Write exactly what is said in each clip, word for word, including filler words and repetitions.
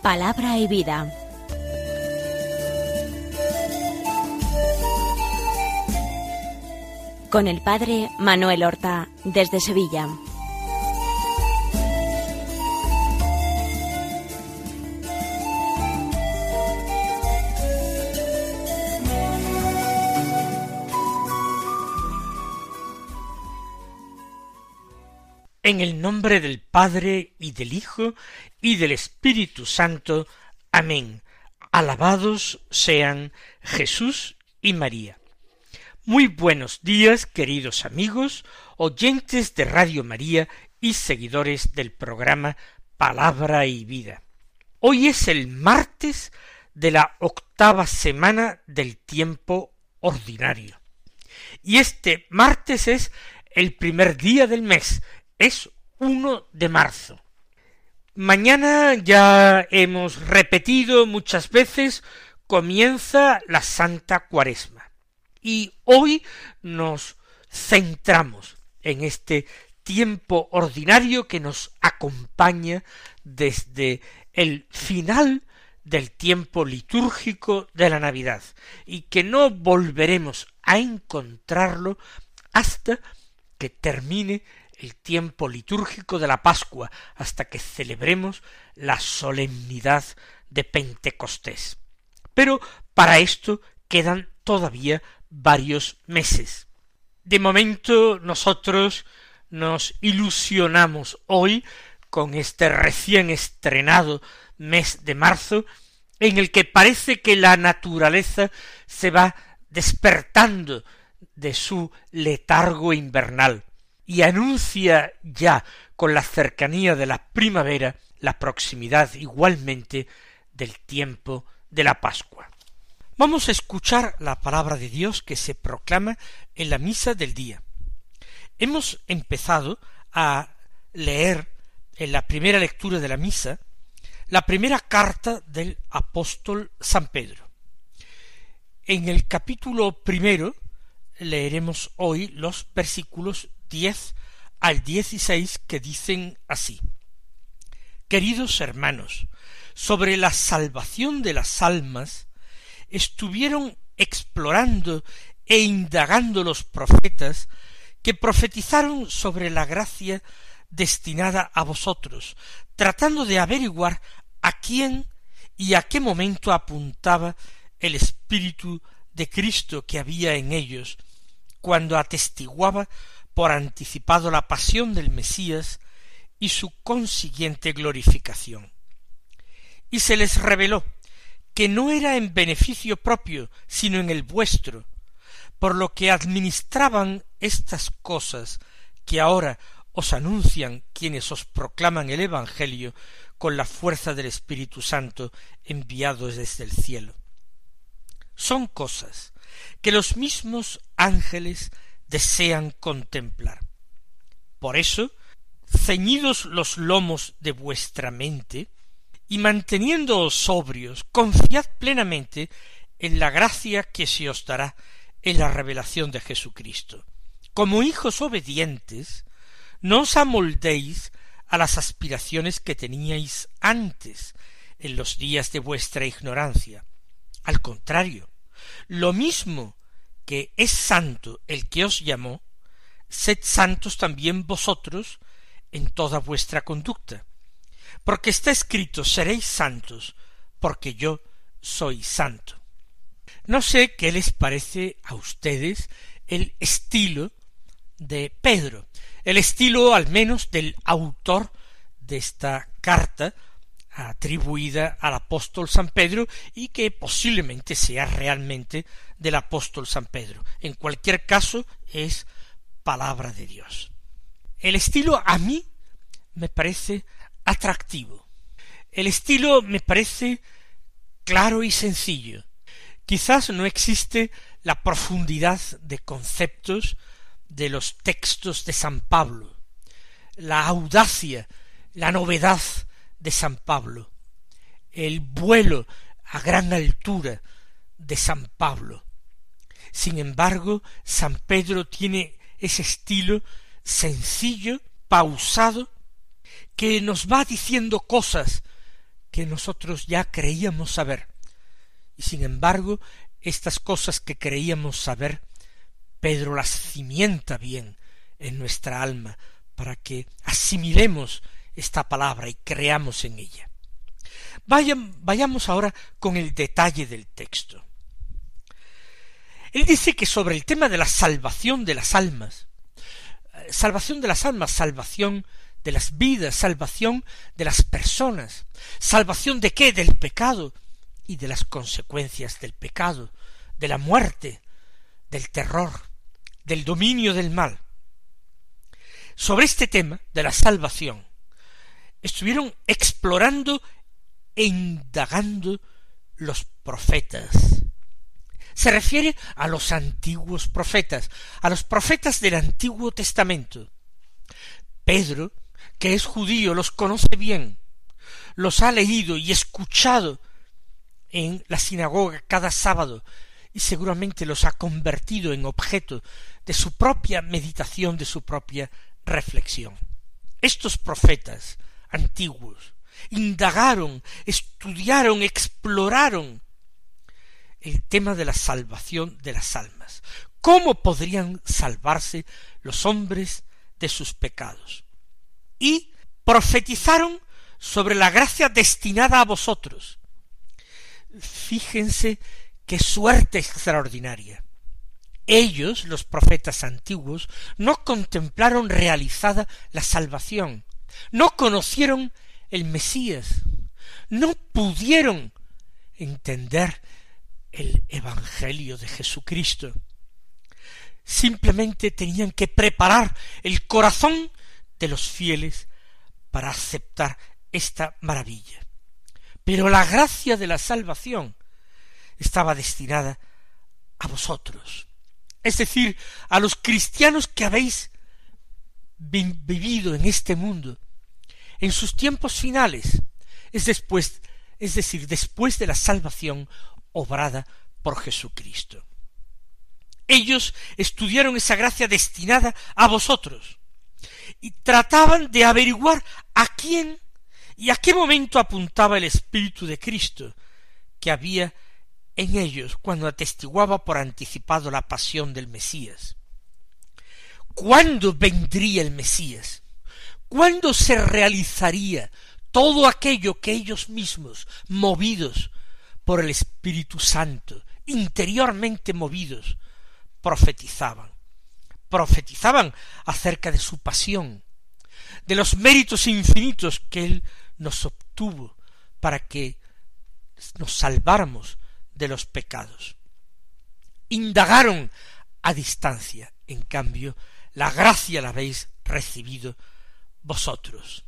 Palabra y vida. Con el padre Manuel Horta, desde Sevilla. En el nombre del Padre, y del Hijo, y del Espíritu Santo. Amén. Alabados sean Jesús y María. Muy buenos días, queridos amigos, oyentes de Radio María y seguidores del programa Palabra y Vida. Hoy es el martes de la octava semana del tiempo ordinario. Y este martes es el primer día del mes, es uno de marzo. Mañana, ya hemos repetido muchas veces, comienza la Santa Cuaresma. Y hoy nos centramos en este tiempo ordinario que nos acompaña desde el final del tiempo litúrgico de la Navidad, y que no volveremos a encontrarlo hasta que termine el tiempo litúrgico de la Pascua, hasta que celebremos la solemnidad de Pentecostés. Pero para esto quedan todavía varios meses. De momento nosotros nos ilusionamos hoy con este recién estrenado mes de marzo, en el que parece que la naturaleza se va despertando de su letargo invernal y anuncia ya con la cercanía de la primavera la proximidad igualmente del tiempo de la Pascua. Vamos a escuchar la palabra de Dios que se proclama en la misa del día. Hemos empezado a leer en la primera lectura de la misa la primera carta del apóstol San Pedro. En el capítulo primero leeremos hoy los versículos diez al dieciséis, que dicen así: Queridos hermanos, sobre la salvación de las almas estuvieron explorando e indagando los profetas que profetizaron sobre la gracia destinada a vosotros, tratando de averiguar a quién y a qué momento apuntaba el Espíritu de Cristo que había en ellos, cuando atestiguaba por anticipado la pasión del Mesías y su consiguiente glorificación. Y se les reveló que no era en beneficio propio, sino en el vuestro, por lo que administraban estas cosas que ahora os anuncian quienes os proclaman el Evangelio con la fuerza del Espíritu Santo enviado desde el cielo. Son cosas que los mismos ángeles desean contemplar. Por eso, ceñidos los lomos de vuestra mente, y manteniéndoos sobrios, confiad plenamente en la gracia que se os dará en la revelación de Jesucristo. Como hijos obedientes, no os amoldéis a las aspiraciones que teníais antes, en los días de vuestra ignorancia. Al contrario, lo mismo que es santo el que os llamó, sed santos también vosotros en toda vuestra conducta, porque está escrito: seréis santos, porque yo soy santo. No sé qué les parece a ustedes el estilo de Pedro, el estilo al menos del autor de esta carta atribuida al apóstol San Pedro, y que posiblemente sea realmente del apóstol San Pedro. En cualquier caso, es palabra de Dios. El estilo a mí me parece atractivo. El estilo me parece claro y sencillo. Quizás no existe la profundidad de conceptos de los textos de San Pablo, la audacia, la novedad de San Pablo, el vuelo a gran altura de San Pablo. Sin embargo, San Pedro tiene ese estilo sencillo, pausado, que nos va diciendo cosas que nosotros ya creíamos saber. Y sin embargo, estas cosas que creíamos saber, Pedro las cimienta bien en nuestra alma para que asimilemos esta palabra y creamos en ella. Vayan, vayamos ahora con el detalle del texto. Él dice que sobre el tema de la salvación de las almas, salvación de las almas, salvación de las vidas, salvación de las personas, salvación de qué, del pecado y de las consecuencias del pecado, de la muerte, del terror, del dominio del mal. Sobre este tema de la salvación estuvieron explorando e indagando los profetas. Se refiere a los antiguos profetas, a los profetas del Antiguo Testamento. Pedro, que es judío, los conoce bien, los ha leído y escuchado en la sinagoga cada sábado, y seguramente los ha convertido en objeto de su propia meditación, de su propia reflexión. Estos profetas antiguos indagaron, estudiaron, exploraron el tema de la salvación de las almas. ¿Cómo podrían salvarse los hombres de sus pecados? Y profetizaron sobre la gracia destinada a vosotros. Fíjense qué suerte extraordinaria. Ellos, los profetas antiguos, no contemplaron realizada la salvación, no conocieron el Mesías, no pudieron entender el Evangelio de Jesucristo. Simplemente tenían que preparar el corazón de los fieles para aceptar esta maravilla. Pero la gracia de la salvación estaba destinada a vosotros, es decir, a los cristianos que habéis vi- vivido en este mundo, en sus tiempos finales, es después, es decir, después de la salvación obrada por Jesucristo. Ellos estudiaron esa gracia destinada a vosotros y trataban de averiguar a quién y a qué momento apuntaba el Espíritu de Cristo que había en ellos cuando atestiguaba por anticipado la pasión del Mesías. ¿Cuándo vendría el Mesías? ¿Cuándo se realizaría todo aquello que ellos mismos, movidos por el Espíritu Santo, interiormente movidos, profetizaban? Profetizaban acerca de su pasión, de los méritos infinitos que Él nos obtuvo para que nos salváramos de los pecados. Indagaron a distancia, en cambio, la gracia la habéis recibido vosotros.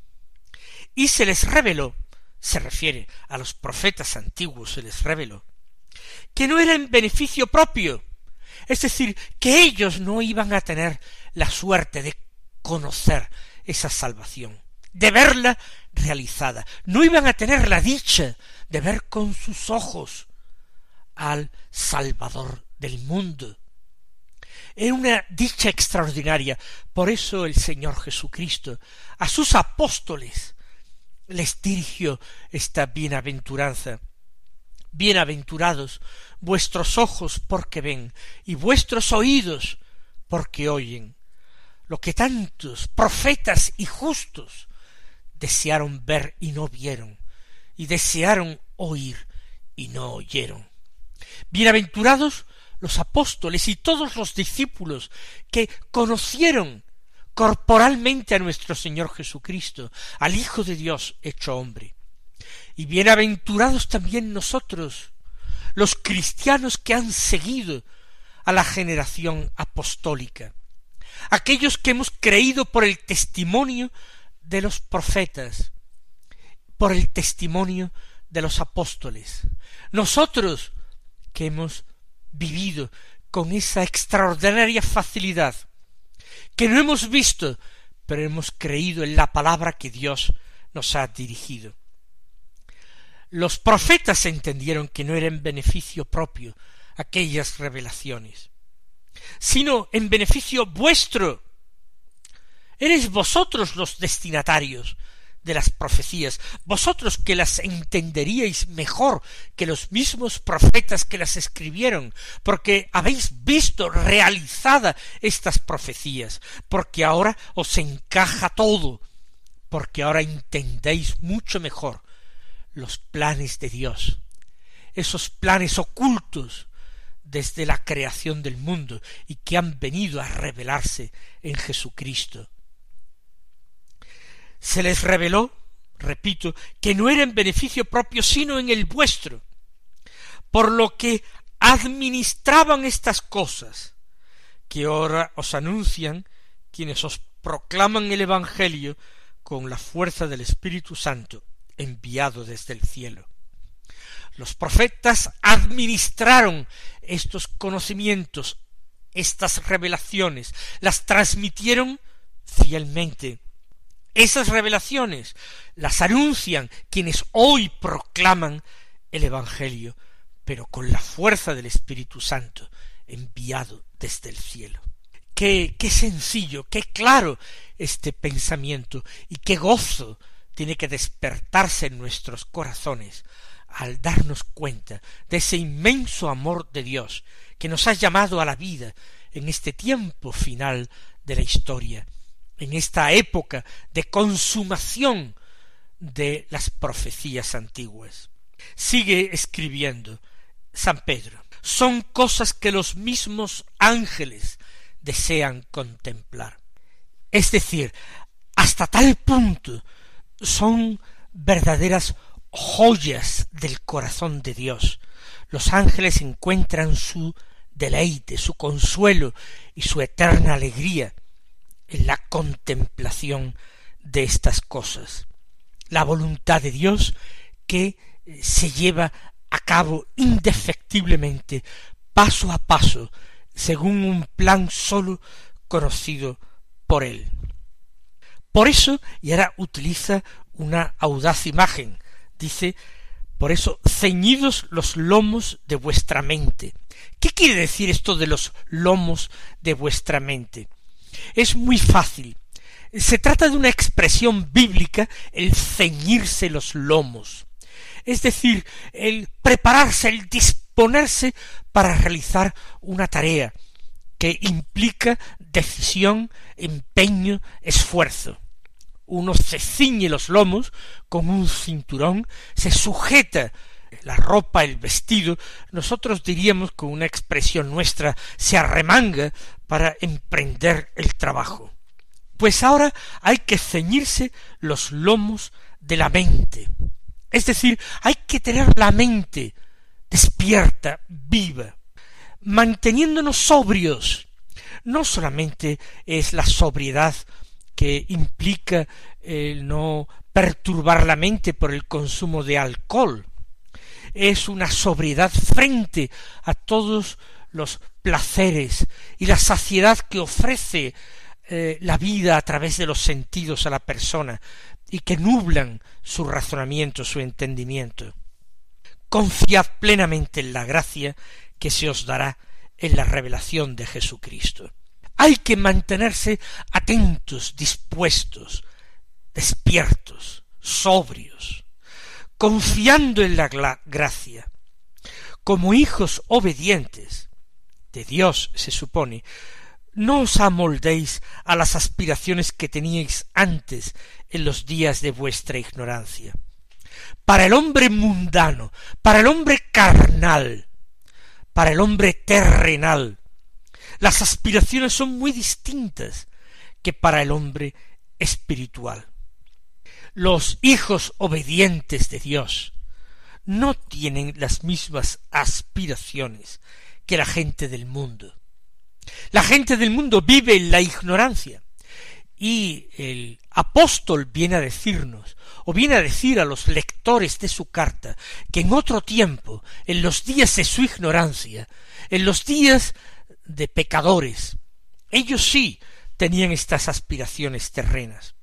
Y se les reveló, se refiere a los profetas antiguos, se les reveló, que no era en beneficio propio, es decir, que ellos no iban a tener la suerte de conocer esa salvación, de verla realizada, no iban a tener la dicha de ver con sus ojos al Salvador del mundo. Era una dicha extraordinaria. Por eso el Señor Jesucristo a sus apóstoles les dirigió esta bienaventuranza. Bienaventurados vuestros ojos porque ven y vuestros oídos porque oyen, lo que tantos profetas y justos desearon ver y no vieron, y desearon oír y no oyeron. Bienaventurados los apóstoles y todos los discípulos que conocieron corporalmente a nuestro Señor Jesucristo, al Hijo de Dios hecho hombre. Y bienaventurados también nosotros, los cristianos que han seguido a la generación apostólica, aquellos que hemos creído por el testimonio de los profetas, por el testimonio de los apóstoles, nosotros que hemos vivido con esa extraordinaria facilidad, que no hemos visto, pero hemos creído en la palabra que Dios nos ha dirigido. Los profetas entendieron que no era en beneficio propio aquellas revelaciones, sino en beneficio vuestro. Eres vosotros los destinatarios de las profecías, vosotros que las entenderíais mejor que los mismos profetas que las escribieron, porque habéis visto realizada estas profecías, porque ahora os encaja todo, porque ahora entendéis mucho mejor los planes de Dios, esos planes ocultos desde la creación del mundo y que han venido a revelarse en Jesucristo. Se les reveló, repito, que no era en beneficio propio sino en el vuestro, por lo que administraban estas cosas que ahora os anuncian quienes os proclaman el Evangelio con la fuerza del Espíritu Santo enviado desde el cielo. Los profetas administraron estos conocimientos, estas revelaciones, las transmitieron fielmente. Esas revelaciones las anuncian quienes hoy proclaman el Evangelio, pero con la fuerza del Espíritu Santo enviado desde el cielo. Qué, qué sencillo, qué claro este pensamiento y qué gozo tiene que despertarse en nuestros corazones al darnos cuenta de ese inmenso amor de Dios que nos ha llamado a la vida en este tiempo final de la historia, en esta época de consumación de las profecías antiguas. Sigue escribiendo San Pedro: son cosas que los mismos ángeles desean contemplar. Es decir, hasta tal punto son verdaderas joyas del corazón de Dios. Los ángeles encuentran su deleite, su consuelo y su eterna alegría en la contemplación de estas cosas. La voluntad de Dios que se lleva a cabo indefectiblemente, paso a paso, según un plan solo conocido por Él. Por eso, y ahora utiliza una audaz imagen, dice: por eso, ceñidos los lomos de vuestra mente. ¿Qué quiere decir esto de los lomos de vuestra mente? Es muy fácil. Se trata de una expresión bíblica, el ceñirse los lomos. Es decir, el prepararse, el disponerse para realizar una tarea que implica decisión, empeño, esfuerzo. Uno se ciñe los lomos con un cinturón, se sujeta la ropa, el vestido, nosotros diríamos con una expresión nuestra, se arremanga para emprender el trabajo. Pues ahora hay que ceñirse los lomos de la mente. Es decir, hay que tener la mente despierta, viva, manteniéndonos sobrios. No solamente es la sobriedad que implica el no perturbar la mente por el consumo de alcohol, es una sobriedad frente a todos los placeres y la saciedad que ofrece eh, la vida a través de los sentidos a la persona y que nublan su razonamiento, su entendimiento. Confiad plenamente en la gracia que se os dará en la revelación de Jesucristo. Hay que mantenerse atentos, dispuestos, despiertos, sobrios, confiando en la gracia. Como hijos obedientes de Dios, se supone, no os amoldéis a las aspiraciones que teníais antes en los días de vuestra ignorancia. Para el hombre mundano, para el hombre carnal, para el hombre terrenal, las aspiraciones son muy distintas que para el hombre espiritual. Los hijos obedientes de Dios no tienen las mismas aspiraciones que la gente del mundo. La gente del mundo vive en la ignorancia, y el apóstol viene a decirnos, o viene a decir a los lectores de su carta, que en otro tiempo, en los días de su ignorancia, en los días de pecadores, ellos sí tenían estas aspiraciones terrenas.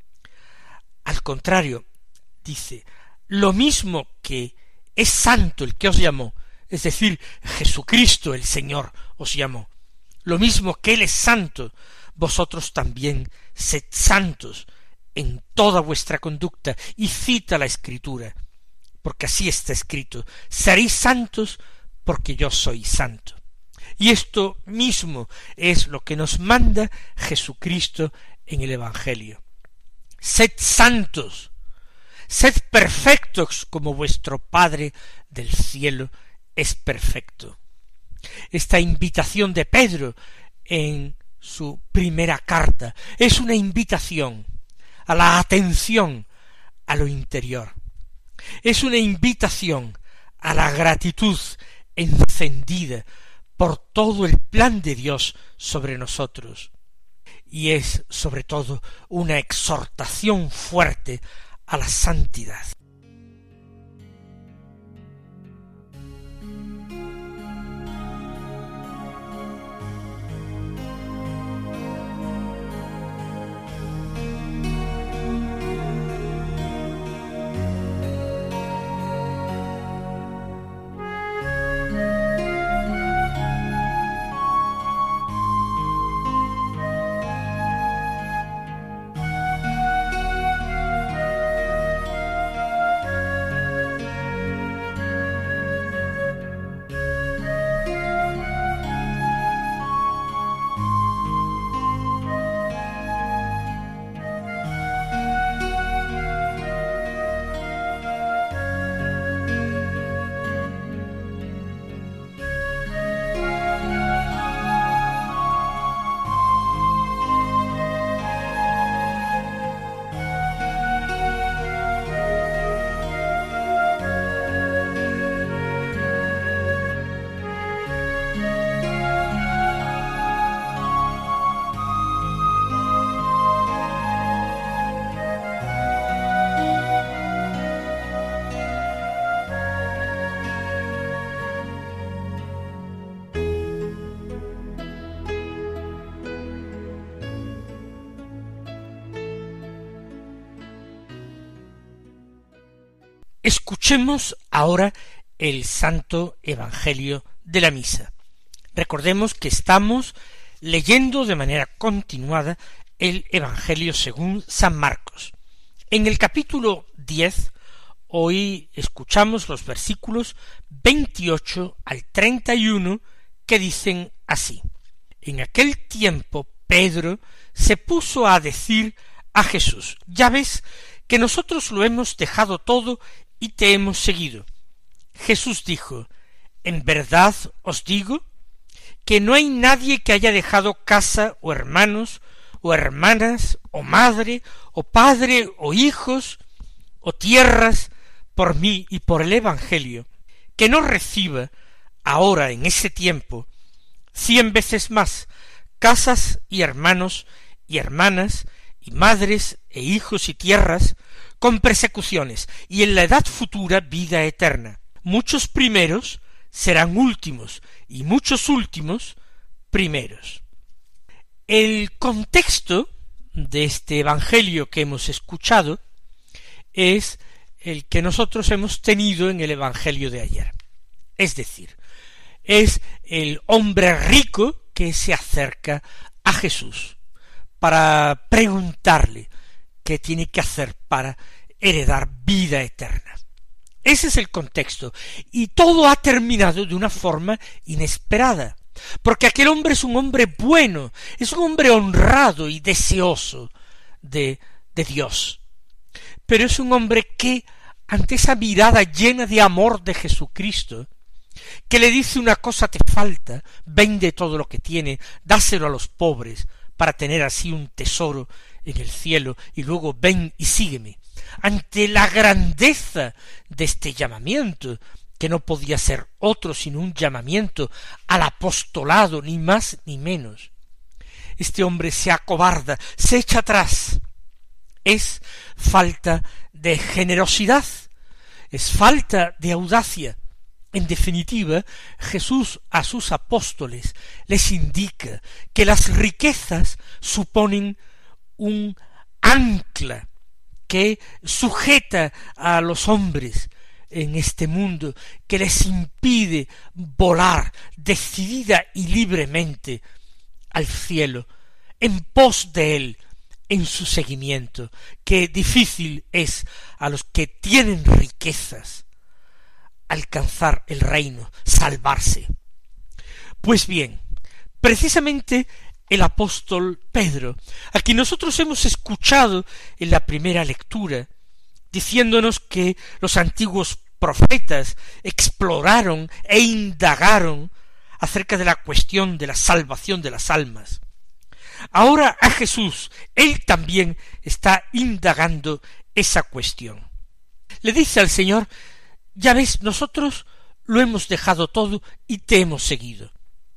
Al contrario, dice, lo mismo que es santo el que os llamó, es decir, Jesucristo el Señor os llamó, lo mismo que Él es santo, vosotros también sed santos en toda vuestra conducta, y cita la Escritura, porque así está escrito: seréis santos porque yo soy santo. Y esto mismo es lo que nos manda Jesucristo en el Evangelio. Sed santos, sed perfectos como vuestro Padre del cielo es perfecto. Esta invitación de Pedro en su primera carta es una invitación a la atención a lo interior. Es una invitación a la gratitud encendida por todo el plan de Dios sobre nosotros. Y es, sobre todo, una exhortación fuerte a la santidad. Escuchemos ahora el Santo Evangelio de la Misa. Recordemos que estamos leyendo de manera continuada el Evangelio según San Marcos. En el capítulo diez, hoy escuchamos los versículos veintiocho al treinta y uno, que dicen así: En aquel tiempo Pedro se puso a decir a Jesús: ya ves que nosotros lo hemos dejado todo y te hemos seguido. Jesús dijo: en verdad os digo que no hay nadie que haya dejado casa o hermanos o hermanas o madre o padre o hijos o tierras por mí y por el Evangelio, que no reciba ahora en ese tiempo cien veces más casas y hermanos y hermanas y madres e hijos y tierras, con persecuciones, y en la edad futura vida eterna. Muchos primeros serán últimos, y muchos últimos primeros. El contexto de este Evangelio que hemos escuchado es el que nosotros hemos tenido en el Evangelio de ayer. Es decir, es el hombre rico que se acerca a Jesús para preguntarle qué tiene que hacer para heredar vida eterna. Ese es el contexto, y todo ha terminado de una forma inesperada, porque aquel hombre es un hombre bueno, es un hombre honrado y deseoso de, de Dios, pero es un hombre que, ante esa mirada llena de amor de Jesucristo, que le dice una cosa te falta, vende todo lo que tiene, dáselo a los pobres, para tener así un tesoro en el cielo, y luego ven y sígueme. Ante la grandeza de este llamamiento, que no podía ser otro sino un llamamiento al apostolado, ni más ni menos, este hombre se acobarda, se echa atrás. Es falta de generosidad, es falta de audacia. En definitiva, Jesús a sus apóstoles les indica que las riquezas suponen un ancla que sujeta a los hombres en este mundo, que les impide volar decidida y libremente al cielo, en pos de él, en su seguimiento, qué difícil es a los que tienen riquezas alcanzar el reino, salvarse. Pues bien, precisamente el apóstol Pedro, a quien nosotros hemos escuchado en la primera lectura, diciéndonos que los antiguos profetas exploraron e indagaron acerca de la cuestión de la salvación de las almas. Ahora a Jesús, él también está indagando esa cuestión. Le dice al Señor: ya ves, nosotros lo hemos dejado todo y te hemos seguido.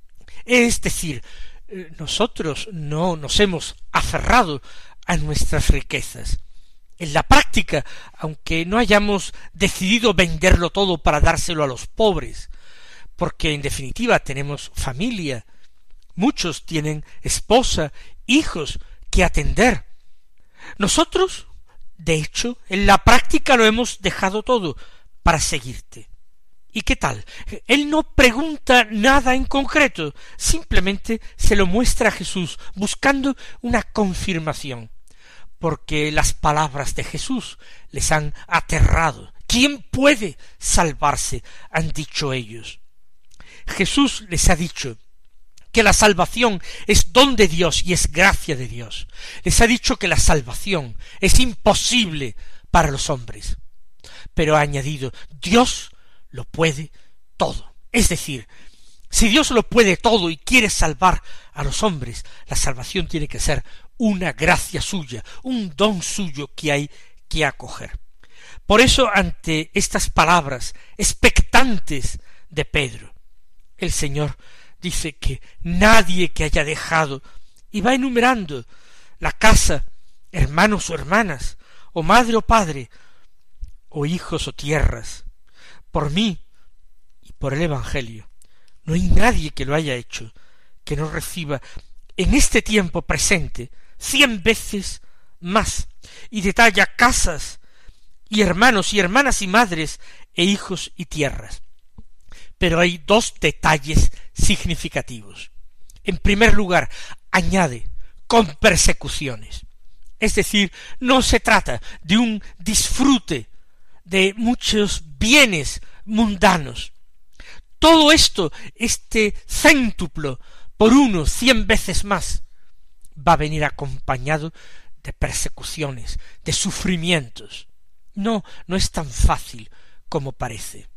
Es decir, nosotros no nos hemos aferrado a nuestras riquezas. En la práctica, aunque no hayamos decidido venderlo todo para dárselo a los pobres, porque en definitiva tenemos familia, muchos tienen esposa, hijos que atender. Nosotros, de hecho, en la práctica lo hemos dejado todo para seguirte. ¿Y qué tal? Él no pregunta nada en concreto, simplemente se lo muestra a Jesús, buscando una confirmación, porque las palabras de Jesús les han aterrado. ¿Quién puede salvarse?, han dicho ellos. Jesús les ha dicho que la salvación es don de Dios y es gracia de Dios. Les ha dicho que la salvación es imposible para los hombres. Pero ha añadido: Dios lo puede todo. Es decir, si Dios lo puede todo y quiere salvar a los hombres, la salvación tiene que ser una gracia suya, un don suyo que hay que acoger. Por eso, ante estas palabras expectantes de Pedro, el Señor dice que nadie que haya dejado, y va enumerando la casa, hermanos o hermanas, o madre o padre, o hijos o tierras, por mí y por el Evangelio, no hay nadie que lo haya hecho que no reciba en este tiempo presente cien veces más, y detalla casas y hermanos y hermanas y madres e hijos y tierras. Pero hay dos detalles significativos. En primer lugar, añade con persecuciones. Es decir, no se trata de un disfrute de muchos bienes mundanos. Todo esto, este céntuplo por uno, cien veces más, va a venir acompañado de persecuciones, de sufrimientos. No, no es tan fácil como parece.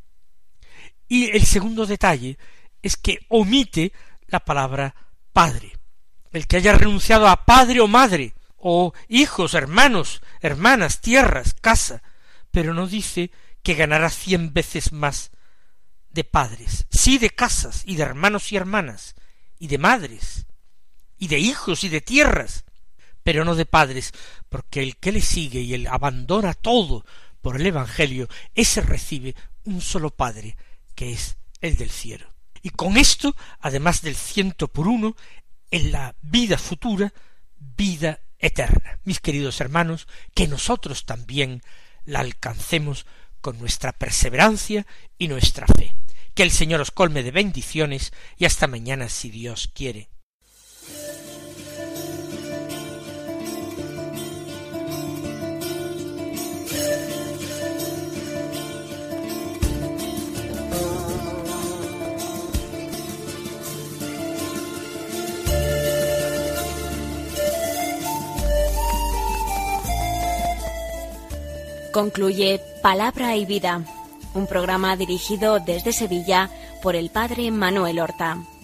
Y el segundo detalle es que omite la palabra padre. El que haya renunciado a padre o madre, o hijos, hermanos, hermanas, tierras, casa, pero no dice que ganará cien veces más de padres, sí de casas y de hermanos y hermanas, y de madres, y de hijos y de tierras, pero no de padres, porque el que le sigue y el abandona todo por el Evangelio, ese recibe un solo Padre, que es el del cielo. Y con esto, además del ciento por uno, en la vida futura, vida eterna. Mis queridos hermanos, que nosotros también la alcancemos con nuestra perseverancia y nuestra fe. Que el Señor os colme de bendiciones y hasta mañana si Dios quiere. Concluye Palabra y Vida, un programa dirigido desde Sevilla por el padre Manuel Horta.